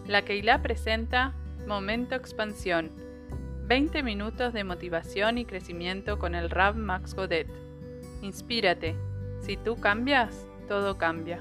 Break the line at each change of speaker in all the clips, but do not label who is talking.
La Keilah presenta Momento Expansión, 20 minutos de motivación y crecimiento con el Rav Max Godet. Inspírate, si tú cambias, todo cambia.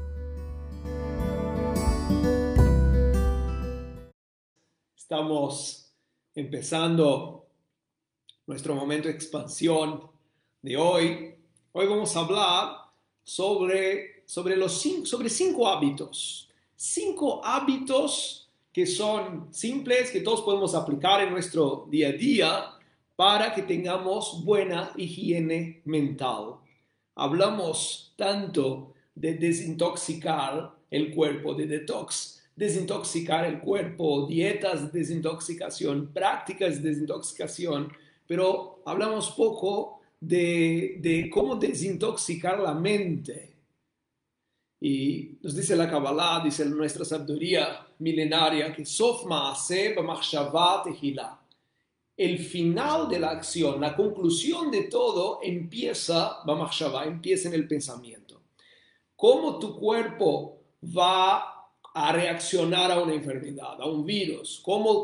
Estamos empezando nuestro momento de expansión de hoy. Hoy vamos a hablar sobre cinco hábitos. 5 hábitos que son simples, que todos podemos aplicar en nuestro día a día para que tengamos buena higiene mental. Hablamos tanto de desintoxicar el cuerpo, de desintoxicar el cuerpo, dietas de desintoxicación, prácticas de desintoxicación, pero hablamos poco de cómo desintoxicar la mente. Y nos dice la Kabbalah, dice nuestra sabiduría milenaria, que Sof Ma'aseh b'machshava tehillah. El final de la acción, la conclusión de todo empieza b'machshava, empieza en el pensamiento. ¿Cómo tu cuerpo va a reaccionar a una enfermedad, a un virus?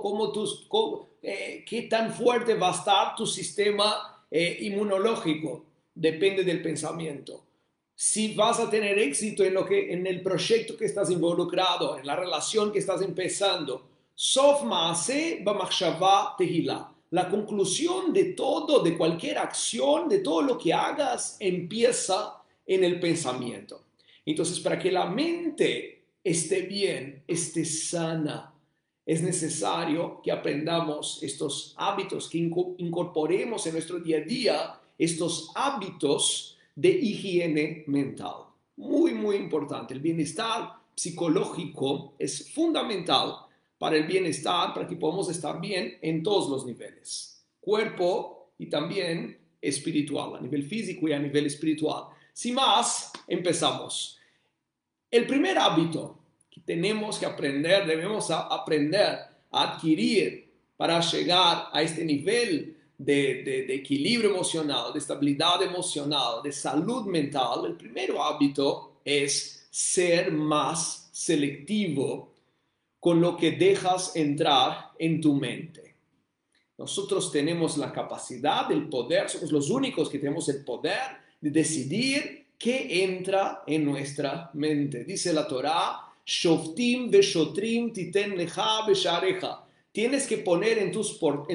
¿Qué tan fuerte va a estar tu sistema inmunológico? Depende del pensamiento. Si vas a tener éxito en el proyecto que estás involucrado, en la relación que estás empezando. Sof Ma'aseh b'machshava tehillah. La conclusión de todo, de cualquier acción, de todo lo que hagas, empieza en el pensamiento. Entonces, para que la mente esté bien, esté sana, es necesario que aprendamos estos hábitos, que incorporemos en nuestro día a día estos hábitos de higiene mental. Muy, muy importante. El bienestar psicológico es fundamental para el bienestar, para que podamos estar bien en todos los niveles. Cuerpo y también espiritual, a nivel físico y a nivel espiritual. Sin más, empezamos. El primer hábito que tenemos que aprender, debemos aprender a adquirir para llegar a este nivel de equilibrio emocional, de estabilidad emocional, de salud mental, el primer hábito es ser más selectivo con lo que dejas entrar en tu mente. Nosotros tenemos la capacidad, el poder, somos los únicos que tenemos el poder de decidir qué entra en nuestra mente. Dice la Torá, Shoftim veshotrim titen lecha beshareja. Tienes que poner en tus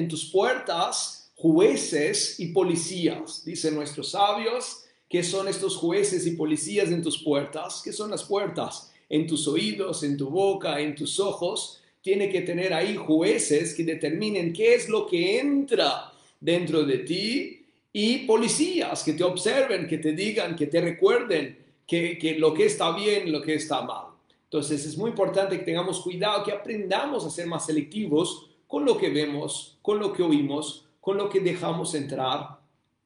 puertas jueces y policías. Dicen nuestros sabios, ¿qué son estos jueces y policías en tus puertas? ¿Qué son las puertas? En tus oídos, en tu boca, en tus ojos. Tiene que tener ahí jueces que determinen qué es lo que entra dentro de ti y policías que te observen, que te digan, que te recuerden que lo que está bien y lo que está mal. Entonces es muy importante que tengamos cuidado, que aprendamos a ser más selectivos con lo que vemos, con lo que oímos, con lo que dejamos entrar,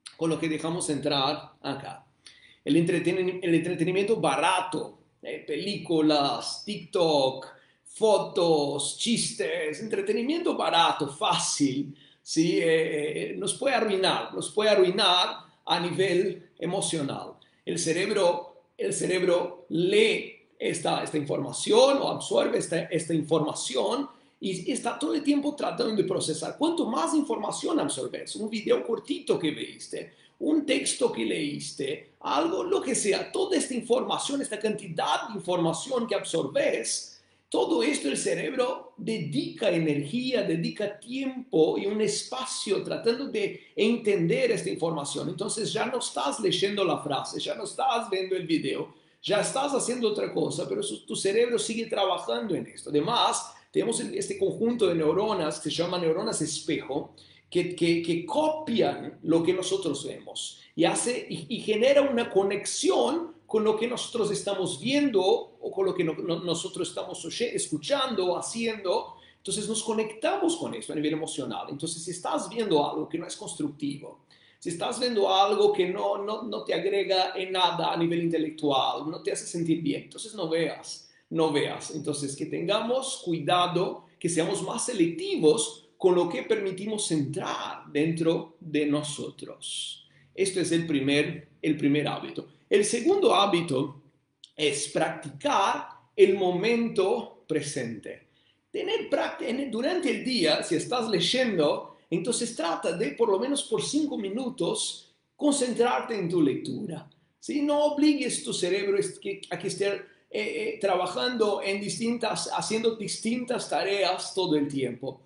acá. El entretenimiento barato, películas, TikTok, fotos, chistes, entretenimiento barato, fácil, ¿sí? Nos puede arruinar a nivel emocional. El cerebro lee esta información o absorbe esta información y está todo el tiempo tratando de procesar. Cuanto más información absorbes, un video cortito que viste, un texto que leíste, algo, lo que sea, toda esta información, esta cantidad de información que absorbes, todo esto el cerebro dedica energía, dedica tiempo y un espacio tratando de entender esta información. Entonces ya no estás leyendo la frase, ya no estás viendo el video, ya estás haciendo otra cosa, pero tu cerebro sigue trabajando en esto. Además, tenemos este conjunto de neuronas que se llaman neuronas espejo, que copian lo que nosotros vemos y genera una conexión con lo que nosotros estamos viendo o con lo que nosotros estamos escuchando o haciendo. Entonces nos conectamos con eso a nivel emocional. Entonces si estás viendo algo que no es constructivo, si estás viendo algo que no te agrega en nada a nivel intelectual, no te hace sentir bien, entonces no veas. Entonces, que tengamos cuidado, que seamos más selectivos con lo que permitimos entrar dentro de nosotros. Esto es el primer hábito. El segundo hábito es practicar el momento presente. durante el día, si estás leyendo, entonces trata de, por lo menos por 5 minutos, concentrarte en tu lectura. ¿Sí? No obligues tu cerebro a que esté trabajando haciendo distintas tareas todo el tiempo.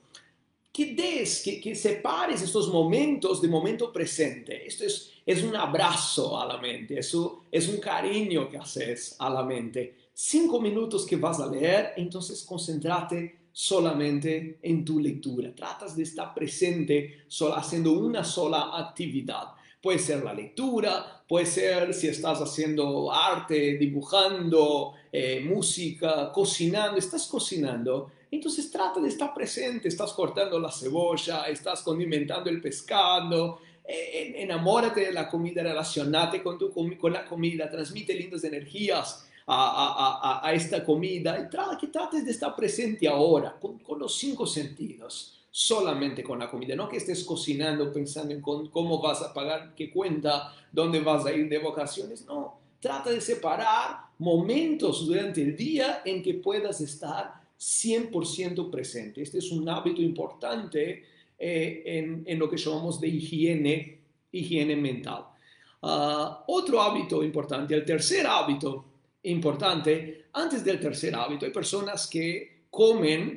Que separes estos momentos de momento presente. Esto es un abrazo a la mente, eso es un cariño que haces a la mente. 5 minutos que vas a leer, entonces concéntrate solamente en tu lectura. Tratas de estar presente solo haciendo una sola actividad. Puede ser la lectura, puede ser si estás haciendo arte, dibujando, música, cocinando. Estás cocinando, entonces trata de estar presente. Estás cortando la cebolla, estás condimentando el pescado. Enamórate de la comida, relacionate con la comida, transmite lindas energías a esta comida y que trates de estar presente ahora con los 5 sentidos, solamente con la comida, no que estés cocinando pensando en cómo vas a pagar qué cuenta, dónde vas a ir de vacaciones. No, trata de separar momentos durante el día en que puedas estar 100% presente. Este es un hábito importante en lo que llamamos de higiene mental. Otro hábito importante, el tercer hábito importante, antes del tercer hábito, hay personas que comen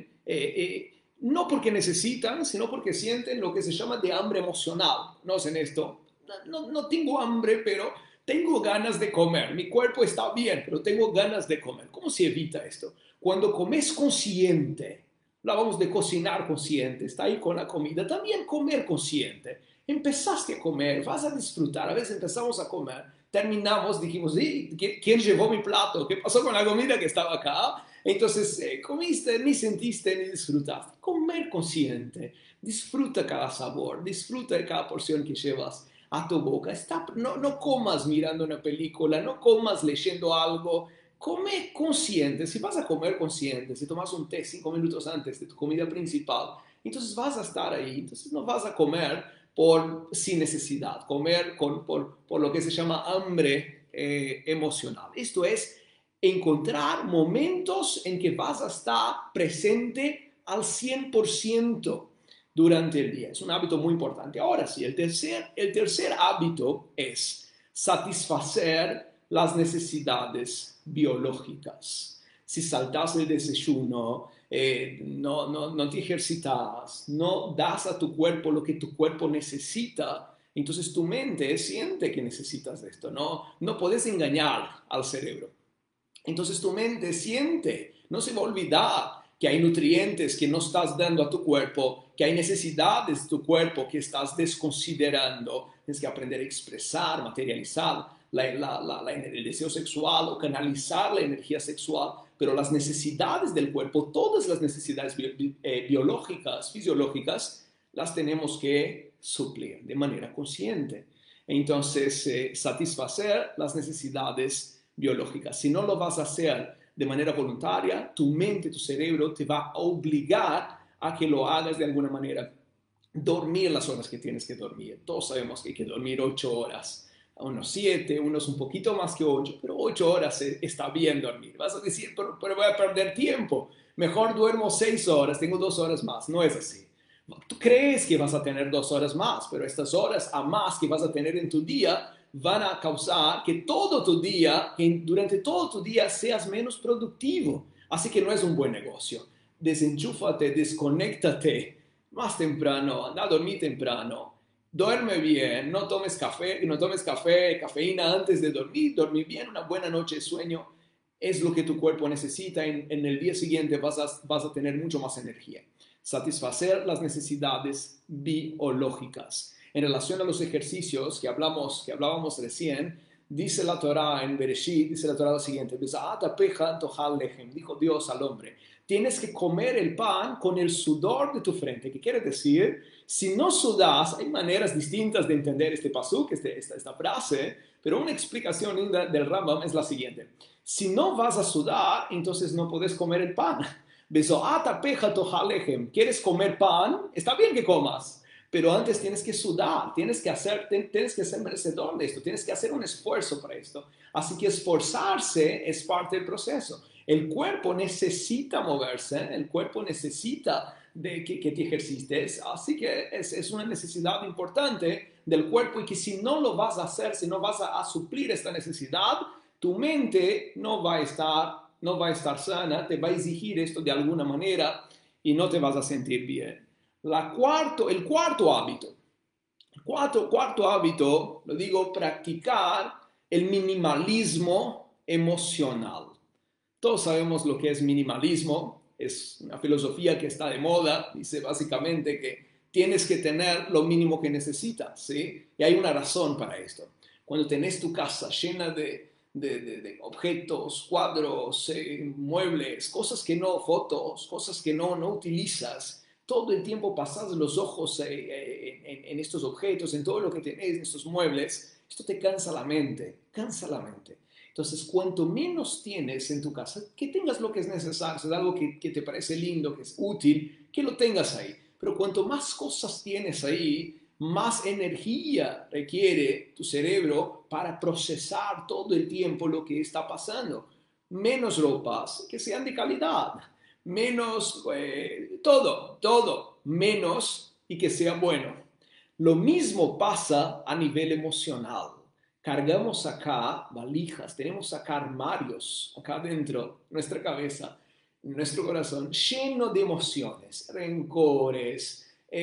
no porque necesitan, sino porque sienten lo que se llama de hambre emocional. ¿No hacen esto? No tengo hambre, pero tengo ganas de comer. Mi cuerpo está bien, pero tengo ganas de comer. ¿Cómo se evita esto? Cuando comes consciente, hablábamos de cocinar consciente, está ahí con la comida, también comer consciente. Empezaste a comer, vas a disfrutar. A veces empezamos a comer, terminamos, dijimos, ¿quién llevó mi plato? ¿Qué pasó con la comida que estaba acá? Entonces, comiste, ni sentiste, ni disfrutaste. Comer consciente, disfruta cada sabor, disfruta de cada porción que llevas a tu boca. No comas mirando una película, no comas leyendo algo. Come consciente. Si vas a comer consciente, si tomas un té 5 minutos antes de tu comida principal, entonces vas a estar ahí. Entonces no vas a comer sin necesidad, comer por lo que se llama hambre emocional. Esto es encontrar momentos en que vas a estar presente al 100% durante el día. Es un hábito muy importante. Ahora sí, el tercer hábito es satisfacer las necesidades biológicas. Si saltas el desayuno, no te ejercitas, no das a tu cuerpo lo que tu cuerpo necesita, entonces tu mente siente que necesitas de esto. No puedes engañar al cerebro. Entonces tu mente siente, no se va a olvidar que hay nutrientes que no estás dando a tu cuerpo, que hay necesidades de tu cuerpo que estás desconsiderando. Tienes que aprender a expresar, materializar el deseo sexual o canalizar la energía sexual, pero las necesidades del cuerpo, todas las necesidades biológicas, fisiológicas, las tenemos que suplir de manera consciente. Entonces, satisfacer las necesidades biológicas. Si no lo vas a hacer de manera voluntaria, tu mente, tu cerebro te va a obligar a que lo hagas de alguna manera. Dormir las horas que tienes que dormir. Todos sabemos que hay que dormir 8 horas. Unos 7, unos un poquito más que 8, pero 8 horas está bien dormir. Vas a decir, pero voy a perder tiempo. Mejor duermo 6 horas, tengo 2 horas más. No es así. Tú crees que vas a tener 2 horas más, pero estas horas a más que vas a tener en tu día van a causar que durante todo tu día seas menos productivo. Así que no es un buen negocio. Desenchúfate, desconéctate más temprano, anda a dormir temprano. Duerme bien, no tomes cafeína antes de dormir bien, una buena noche de sueño es lo que tu cuerpo necesita. En el día siguiente vas a tener mucho más energía. Satisfacer las necesidades biológicas. En relación a los ejercicios que hablábamos recién, dice la Torá en Bereshit, dice la Torá lo siguiente: dijo Dios al hombre, tienes que comer el pan con el sudor de tu frente. ¿Qué quiere decir? Si no sudas, hay maneras distintas de entender este pasuk, esta frase, pero una explicación linda del Rambam es la siguiente: si no vas a sudar, entonces no puedes comer el pan. ¿Quieres comer pan? Está bien que comas, Pero antes tienes que sudar, tienes que ser merecedor de esto, tienes que hacer un esfuerzo para esto. Así que esforzarse es parte del proceso. El cuerpo necesita moverse, el cuerpo necesita de que te ejercites, así que es una necesidad importante del cuerpo y que si no lo vas a hacer, si no vas a suplir esta necesidad, tu mente no va a estar sana, te va a exigir esto de alguna manera y no te vas a sentir bien. El cuarto hábito. Cuarto hábito, lo digo, practicar el minimalismo emocional. Todos sabemos lo que es minimalismo, es una filosofía que está de moda, dice básicamente que tienes que tener lo mínimo que necesitas, ¿sí? Y hay una razón para esto. Cuando tenés tu casa llena de objetos, cuadros, muebles, fotos, cosas que no utilizas, todo el tiempo pasas los ojos en estos objetos, en todo lo que tenés, en estos muebles, esto te cansa la mente, cansa la mente. Entonces, cuanto menos tienes en tu casa, que tengas lo que es necesario, si es algo que te parece lindo, que es útil, que lo tengas ahí. Pero cuanto más cosas tienes ahí, más energía requiere tu cerebro para procesar todo el tiempo lo que está pasando. Menos ropas que sean de calidad, menos todo, menos y que sea bueno. Lo mismo pasa a nivel emocional. Cargamos acá valijas, tenemos acá armarios, acá dentro, nuestra cabeza, nuestro corazón, lleno de emociones, rencores,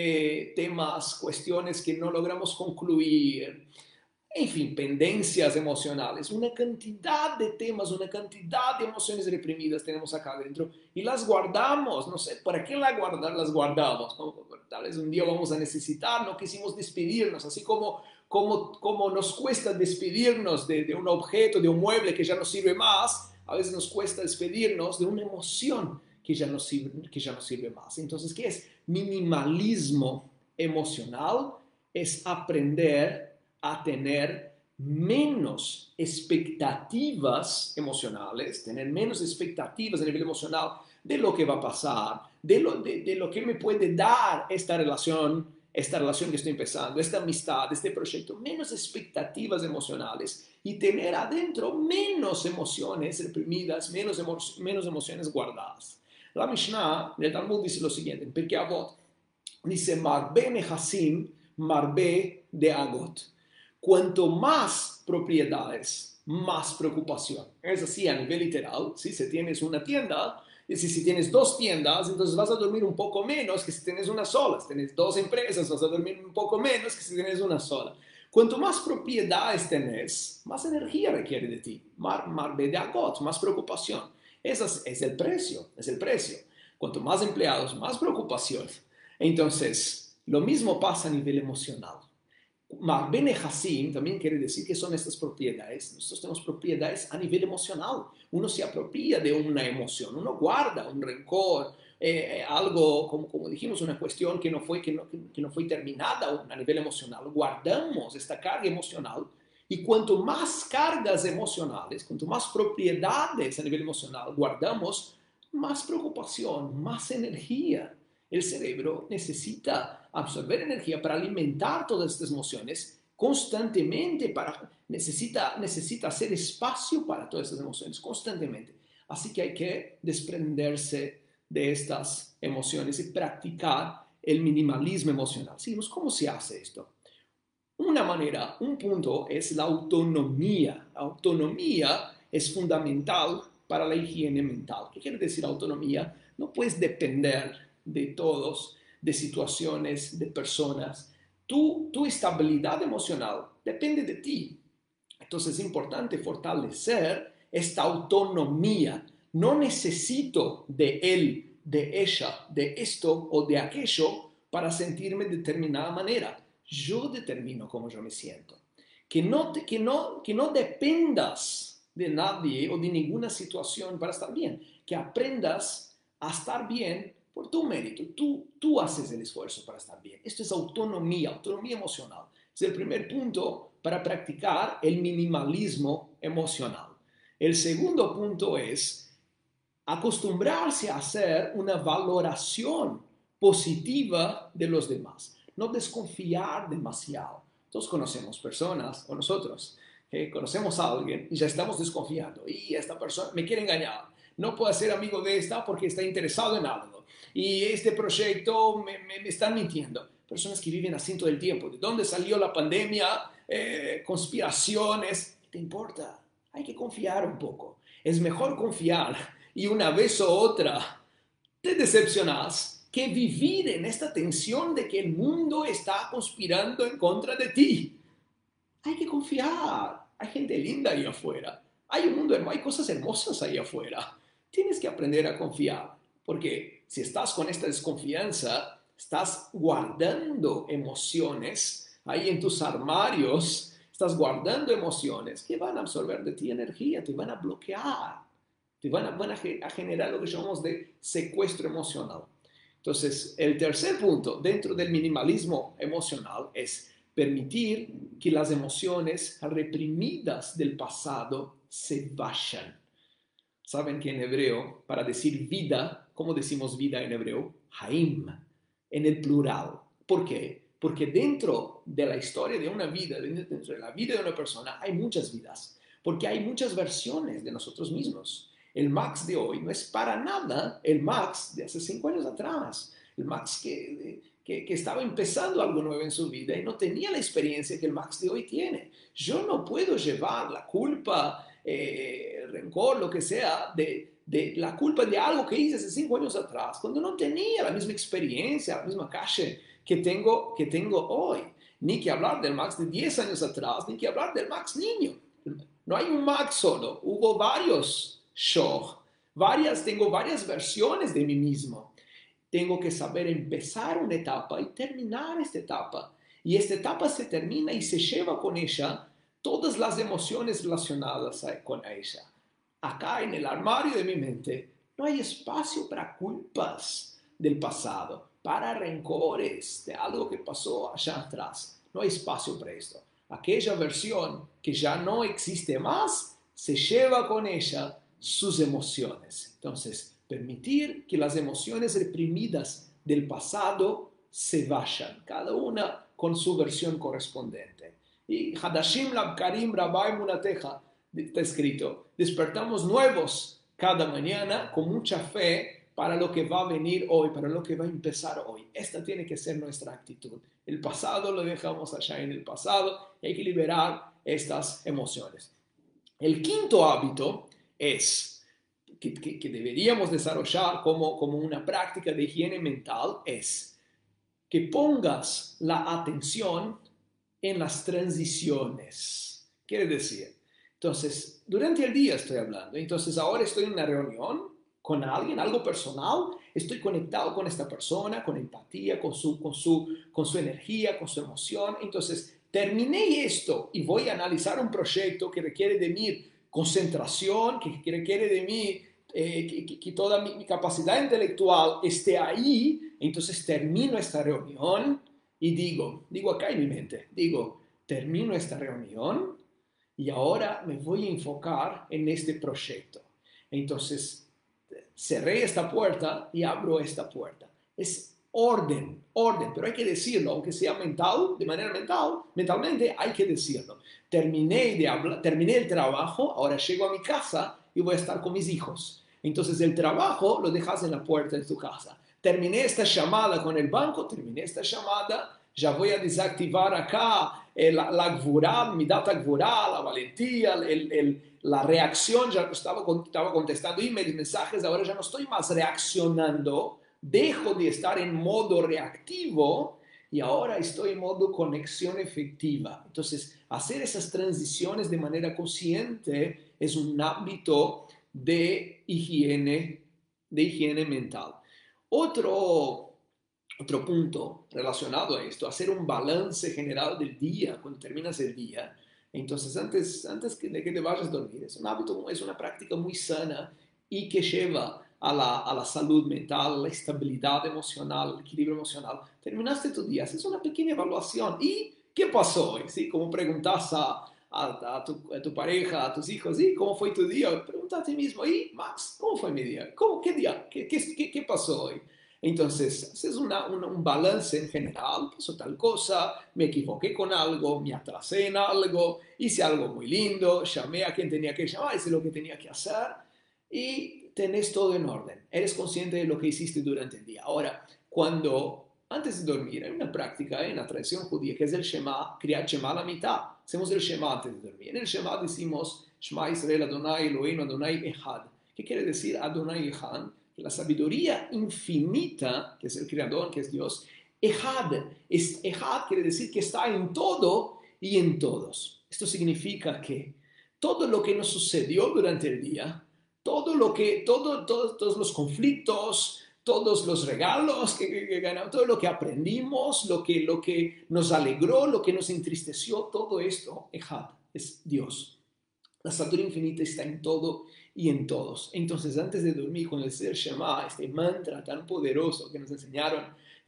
temas, cuestiones que no logramos concluir, en fin, pendencias emocionales, una cantidad de temas, una cantidad de emociones reprimidas tenemos acá adentro y las guardamos, no sé, ¿para qué las guardamos? Tal vez un día vamos a necesitar, no quisimos despedirnos, así como nos cuesta despedirnos de un objeto, de un mueble que ya no sirve más, a veces nos cuesta despedirnos de una emoción que ya no sirve más. Entonces, ¿qué es? Minimalismo emocional es aprender a tener menos expectativas emocionales, tener menos expectativas a nivel emocional de lo que va a pasar, de lo que me puede dar esta relación que estoy empezando, esta amistad, este proyecto, menos expectativas emocionales y tener adentro menos emociones reprimidas, menos emociones guardadas. La Mishnah del Talmud dice lo siguiente, en Pirkei Avot, dice, Marbe Nehasim, Marbe de Agot. Cuanto más propiedades, más preocupación. Es así a nivel literal, ¿sí? Si tienes una tienda, y si tienes dos tiendas, entonces vas a dormir un poco menos que si tienes una sola. Si tienes dos empresas, vas a dormir un poco menos que si tienes una sola. Cuanto más propiedades tenés, más energía requiere de ti. Marbedagot, más preocupación. Ese es el precio, es el precio. Cuanto más empleados, más preocupación. Entonces, lo mismo pasa a nivel emocional. Bene Hassim también quiere decir que son estas propiedades. Nosotros tenemos propiedades a nivel emocional. Uno se apropia de una emoción, uno guarda un rencor, algo, como dijimos, una cuestión que no fue terminada a nivel emocional. Guardamos esta carga emocional y cuanto más cargas emocionales, cuanto más propiedades a nivel emocional guardamos, más preocupación, más energía. El cerebro necesita absorber energía para alimentar todas estas emociones constantemente, necesita hacer espacio para todas estas emociones constantemente. Así que hay que desprenderse de estas emociones y practicar el minimalismo emocional. Seguimos, ¿cómo se hace esto? Una manera, un punto es la autonomía. La autonomía es fundamental para la higiene mental. ¿Qué quiere decir autonomía? No puedes depender de todos, de situaciones, de personas. Tu estabilidad emocional depende de ti. Entonces es importante fortalecer esta autonomía. No necesito de él, de ella, de esto o de aquello para sentirme de determinada manera. Yo determino cómo yo me siento. Que no dependas de nadie o de ninguna situación para estar bien. Que aprendas a estar bien por tu mérito. Tú haces el esfuerzo para estar bien. Esto es autonomía emocional. Es el primer punto para practicar el minimalismo emocional. El segundo punto es acostumbrarse a hacer una valoración positiva de los demás. no desconfiar demasiado. Todos conocemos personas, o nosotros, que conocemos a alguien y ya estamos desconfiando. Y esta persona me quiere engañar. No puedo ser amigo de esta porque está interesado en algo. Y este proyecto me están mintiendo. Personas que viven así todo el tiempo. ¿De dónde salió la pandemia? Conspiraciones. ¿Qué te importa? Hay que confiar un poco. Es mejor confiar y una vez o otra te decepcionas que vivir en esta tensión de que el mundo está conspirando en contra de ti. Hay que confiar. Hay gente linda ahí afuera. Hay un mundo hermoso, hay cosas hermosas ahí afuera. Tienes que aprender a confiar, porque si estás con esta desconfianza, estás guardando emociones ahí en tus armarios, estás guardando emociones que van a absorber de ti energía, te van a bloquear, te van a generar lo que llamamos de secuestro emocional. Entonces, el tercer punto dentro del minimalismo emocional es permitir que las emociones reprimidas del pasado se vayan. Saben que en hebreo, para decir vida, ¿cómo decimos vida en hebreo? Haim, en el plural. ¿Por qué? Porque dentro de la historia de una vida, dentro de la vida de una persona, hay muchas vidas. Porque hay muchas versiones de nosotros mismos. El Max de hoy no es para nada el Max de hace 5 años atrás. El Max que estaba empezando algo nuevo en su vida y no tenía la experiencia que el Max de hoy tiene. Yo no puedo llevar la culpa, rencor, lo que sea, de la culpa de algo que hice hace 5 años atrás, cuando no tenía la misma experiencia, la misma calle que tengo hoy. Ni que hablar del Max de 10 años atrás, ni que hablar del Max niño. No hay un Max solo, hubo varios yo, tengo varias versiones de mí mismo. Tengo que saber empezar una etapa y terminar esta etapa. Y esta etapa se termina y se lleva con ella todas las emociones relacionadas con ella. Acá en el armario de mi mente no hay espacio para culpas del pasado, para rencores de algo que pasó allá atrás. No hay espacio para esto. Aquella versión que ya no existe más, se lleva con ella sus emociones. Entonces, permitir que las emociones reprimidas del pasado se vayan, cada una con su versión correspondiente. Y Hadashim Labkarim Rabbai Munateja, está escrito, despertamos nuevos cada mañana con mucha fe para lo que va a venir hoy, para lo que va a empezar hoy. Esta tiene que ser nuestra actitud. El pasado lo dejamos allá en el pasado y hay que liberar estas emociones. El quinto hábito es que deberíamos desarrollar como una práctica de higiene mental es que pongas la atención en las transiciones. Quiere decir, entonces, durante el día estoy hablando, entonces ahora estoy en una reunión con alguien, algo personal, estoy conectado con esta persona, con empatía, con su energía, con su emoción, entonces terminé esto y voy a analizar un proyecto que requiere de mi concentración, que requiere de mí que toda mi capacidad intelectual esté ahí, entonces termino esta reunión y digo acá en mi mente, termino esta reunión y ahora me voy a enfocar en este proyecto. Entonces, cerré esta puerta y abro esta puerta. Es orden, pero hay que decirlo, aunque sea mental, de manera mentalmente hay que decirlo. Terminé el trabajo, ahora llego a mi casa y voy a estar con mis hijos. Entonces el trabajo lo dejas en la puerta de tu casa. Terminé esta llamada con el banco, ya voy a desactivar acá la gvurá, mi data gvurá, la valentía, la reacción, ya estaba contestando emails, mensajes, ahora ya no estoy más reaccionando, dejo de estar en modo reactivo y ahora estoy en modo conexión efectiva. Entonces, hacer esas transiciones de manera consciente es un hábito de higiene mental. Otro punto relacionado a esto, hacer un balance general del día, cuando terminas el día. Entonces, antes de que te vayas a dormir, es un hábito, es una práctica muy sana y que lleva a la salud mental, a la estabilidad emocional, al equilibrio emocional. Terminaste tu día, haces una pequeña evaluación. ¿Y qué pasó hoy? ¿Sí? Como preguntas a tu pareja, a tus hijos, ¿y cómo fue tu día? Pregunta a ti mismo, ¿y Max, cómo fue mi día? ¿Qué día? ¿Qué pasó hoy? Entonces, haces un balance en general, pasó tal cosa, me equivoqué con algo, me atrasé en algo, hice algo muy lindo, llamé a quien tenía que llamar, hice lo que tenía que hacer y tenés todo en orden. Eres consciente de lo que hiciste durante el día. Ahora, antes de dormir, hay una práctica en la tradición judía que es el Shema, Kriyat Shema a la mitad. Hacemos el Shema antes de dormir. En el Shema decimos Shema Israel Adonai Eloheinu Adonai Echad. ¿Qué quiere decir Adonai Echad? La sabiduría infinita, que es el creador, que es Dios, Echad quiere decir que está en todo y en todos. Esto significa que todo lo que nos sucedió durante el día, todos los conflictos, todos los regalos que ganamos, todo lo que aprendimos, lo que nos alegró, lo que nos entristeció, todo esto, Echad, es Dios. La sabiduría infinita está en todo y en todos. Entonces, antes de dormir con el Ser Shema, este mantra tan poderoso que nos enseñaron,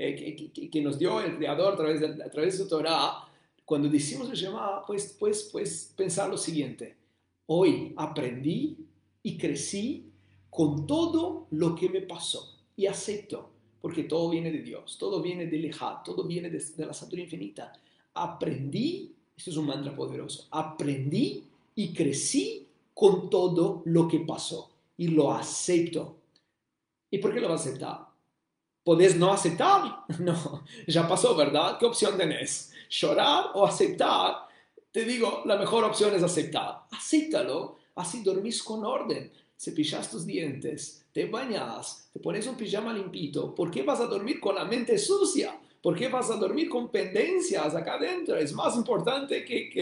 que nos dio el Creador a través de su Torah, cuando decimos el Shema, pues pensar lo siguiente: hoy aprendí y crecí con todo lo que me pasó y acepto, porque todo viene de Dios, todo viene del Ejad, todo viene de la sabiduría infinita. Aprendí, esto es un mantra poderoso, aprendí y crecí con todo lo que pasó y lo acepto. ¿Y por qué lo vas a aceptar? ¿Podés no aceptar? No, ya pasó, ¿verdad? ¿Qué opción tenés? ¿Llorar o aceptar? Te digo, la mejor opción es aceptar. Acéptalo, así dormís con orden. Cepillas tus dientes, te bañas, te pones un pijama limpito. ¿Por qué vas a dormir con la mente sucia? ¿Por qué vas a dormir con pendencias acá adentro? Es más importante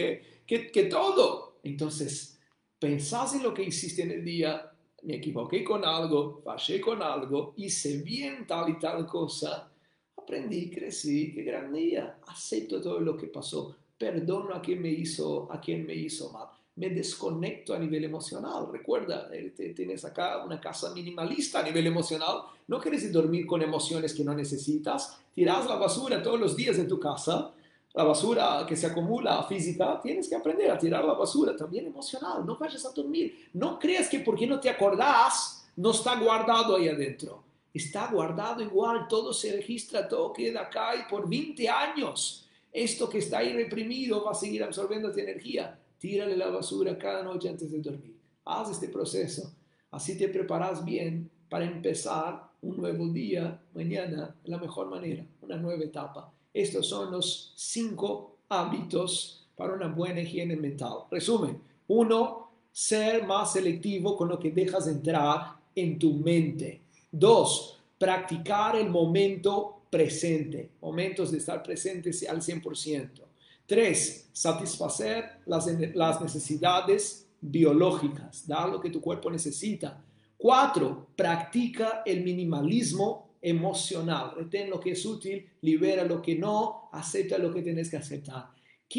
que todo. Entonces, pensás en lo que hiciste en el día, me equivoqué con algo, fallé con algo, hice bien tal y tal cosa, aprendí, crecí, qué gran día, acepto todo lo que pasó, perdono a quien me hizo mal, me desconecto a nivel emocional. Recuerda, tienes acá una casa minimalista a nivel emocional, no quieres dormir con emociones que no necesitas, tiras la basura todos los días en tu casa, la basura que se acumula física, tienes que aprender a tirar la basura también emocional. No vayas a dormir. No creas que porque no te acordás, no está guardado ahí adentro. Está guardado igual, todo se registra, todo queda acá y por 20 años. Esto que está ahí reprimido va a seguir absorbiendo tu energía. Tírale la basura cada noche antes de dormir. Haz este proceso. Así te preparas bien para empezar un nuevo día mañana de la mejor manera, una nueva etapa. Estos son los 5 hábitos para una buena higiene mental. Resumen: 1, ser más selectivo con lo que dejas entrar en tu mente. 2, practicar el momento presente, momentos de estar presentes al 100%. 3, satisfacer las necesidades biológicas, dar lo que tu cuerpo necesita. 4, practica el minimalismo emocional. Retén lo que es útil, libera lo que no, acepta lo que tienes que aceptar.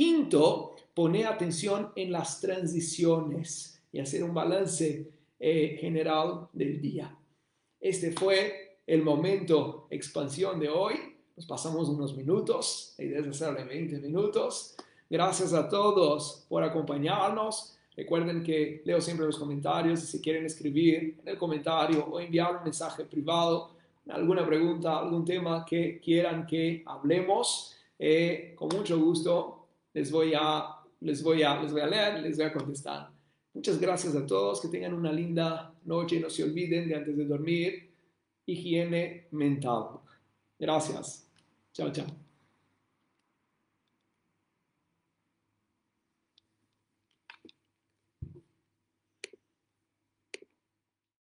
5, pone atención en las transiciones y hacer un balance general del día. Este fue el momento expansión de hoy. Nos pasamos unos minutos, la idea es hacerle 20 minutos. Gracias a todos por acompañarnos. Recuerden que leo siempre los comentarios y si quieren escribir en el comentario o enviar un mensaje privado, alguna pregunta, algún tema que quieran que hablemos, con mucho gusto les voy a leer, les voy a contestar. Muchas gracias a todos, que tengan una linda noche y no se olviden de antes de dormir, higiene mental. Gracias. Chao, chao.